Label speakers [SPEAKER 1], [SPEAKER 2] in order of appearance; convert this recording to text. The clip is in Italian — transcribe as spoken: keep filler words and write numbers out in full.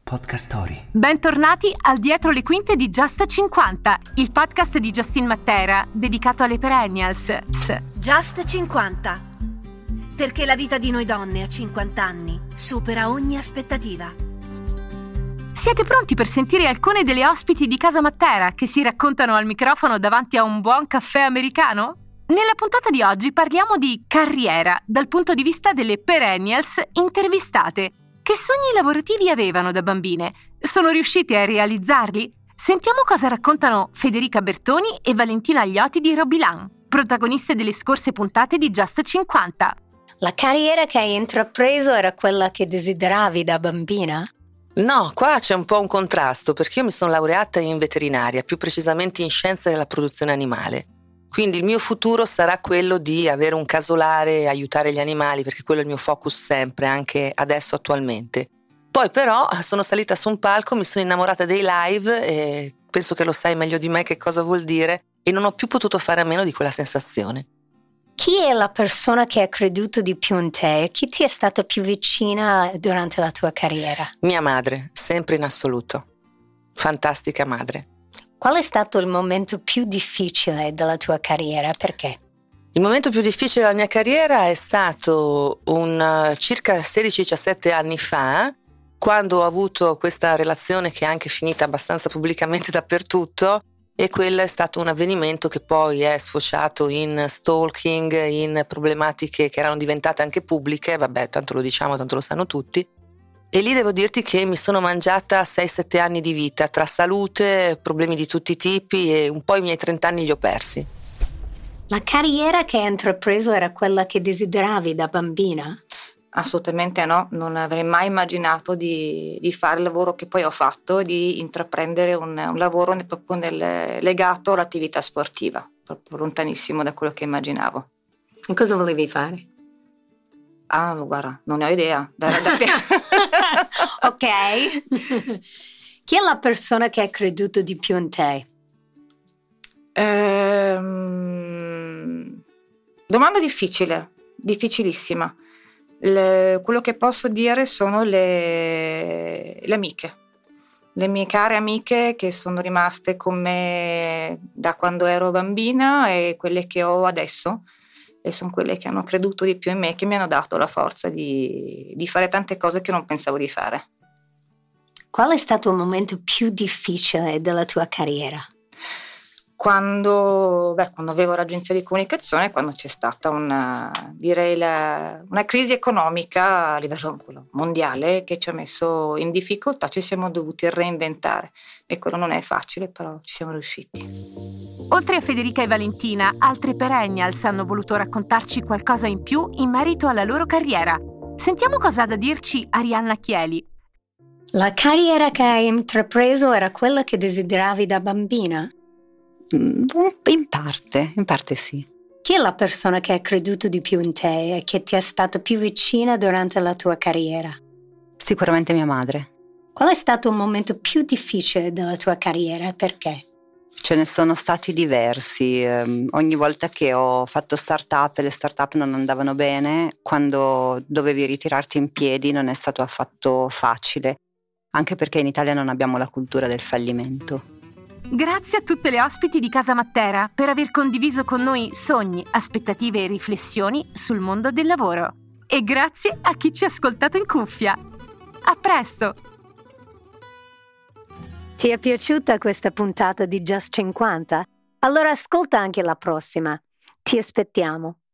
[SPEAKER 1] Podcast Story.
[SPEAKER 2] Bentornati al Dietro le quinte di Just cinquanta, il podcast di Justin Matera dedicato alle Perennials.
[SPEAKER 3] Just cinquanta. Perché la vita di noi donne a cinquanta anni supera ogni aspettativa.
[SPEAKER 2] Siete pronti per sentire alcune delle ospiti di Casa Matera che si raccontano al microfono davanti a un buon caffè americano? Nella puntata di oggi parliamo di carriera dal punto di vista delle Perennials intervistate. Che sogni lavorativi avevano da bambine? Sono riusciti a realizzarli? Sentiamo cosa raccontano Federica Bertoni e Valentina Agliotti di Robilan, protagoniste delle scorse puntate di Just cinquanta.
[SPEAKER 4] La carriera che hai intrapreso era quella che desideravi da bambina?
[SPEAKER 5] No, qua c'è un po' un contrasto, perché io mi sono laureata in veterinaria, più precisamente in scienze della produzione animale. Quindi il mio futuro sarà quello di avere un casolare e aiutare gli animali, perché quello è il mio focus sempre, anche adesso attualmente. Poi però sono salita su un palco, mi sono innamorata dei live e penso che lo sai meglio di me che cosa vuol dire e non ho più potuto fare a meno di quella sensazione.
[SPEAKER 4] Chi è la persona che ha creduto di più in te? Chi ti è stata più vicina durante la tua carriera?
[SPEAKER 5] Mia madre, sempre in assoluto. Fantastica madre.
[SPEAKER 4] Qual è stato il momento più difficile della tua carriera? Perché?
[SPEAKER 5] Il momento più difficile della mia carriera è stato un circa sedici diciassette anni fa, quando ho avuto questa relazione che è anche finita abbastanza pubblicamente dappertutto, e quello è stato un avvenimento che poi è sfociato in stalking, in problematiche che erano diventate anche pubbliche, vabbè, tanto lo diciamo, tanto lo sanno tutti. E lì devo dirti che mi sono mangiata sei sette anni di vita, tra salute, problemi di tutti i tipi, e un po' i miei trenta anni li ho persi.
[SPEAKER 4] La carriera che hai intrapreso era quella che desideravi da bambina?
[SPEAKER 6] Assolutamente no, non avrei mai immaginato di, di fare il lavoro che poi ho fatto, di intraprendere un, un lavoro nel, proprio nel, legato all'attività sportiva, proprio lontanissimo da quello che immaginavo.
[SPEAKER 4] E cosa volevi fare?
[SPEAKER 6] Ah, guarda, non ne ho idea. Da, da
[SPEAKER 4] Ok. Chi è la persona che ha creduto di più in te?
[SPEAKER 6] Ehm, domanda difficile, difficilissima. Le, quello che posso dire sono le, le amiche, le mie care amiche che sono rimaste con me da quando ero bambina e quelle che ho adesso. E sono quelle che hanno creduto di più in me, che mi hanno dato la forza di, di fare tante cose che non pensavo di fare.
[SPEAKER 4] Qual è stato il momento più difficile della tua carriera?
[SPEAKER 6] Quando, beh, quando avevo l'agenzia di comunicazione, quando c'è stata una, direi la, una crisi economica a livello mondiale che ci ha messo in difficoltà, ci siamo dovuti reinventare e quello non è facile, però ci siamo riusciti.
[SPEAKER 2] Oltre a Federica e Valentina, altre Perennials hanno voluto raccontarci qualcosa in più in merito alla loro carriera. Sentiamo cosa ha da dirci Arianna Chieli.
[SPEAKER 4] La carriera che hai intrapreso era quella che desideravi da bambina?
[SPEAKER 7] In parte, in parte sì.
[SPEAKER 4] Chi è la persona che ha creduto di più in te e che ti è stata più vicina durante la tua carriera?
[SPEAKER 7] Sicuramente mia madre.
[SPEAKER 4] Qual è stato il momento più difficile della tua carriera e perché?
[SPEAKER 7] Ce ne sono stati diversi. Um, ogni volta che ho fatto start-up e le start-up non andavano bene, quando dovevi ritirarti in piedi non è stato affatto facile, anche perché in Italia non abbiamo la cultura del fallimento.
[SPEAKER 2] Grazie a tutte le ospiti di Casa Matera per aver condiviso con noi sogni, aspettative e riflessioni sul mondo del lavoro. E grazie a chi ci ha ascoltato in cuffia. A presto!
[SPEAKER 4] Ti è piaciuta questa puntata di Just cinquanta? Allora ascolta anche la prossima. Ti aspettiamo.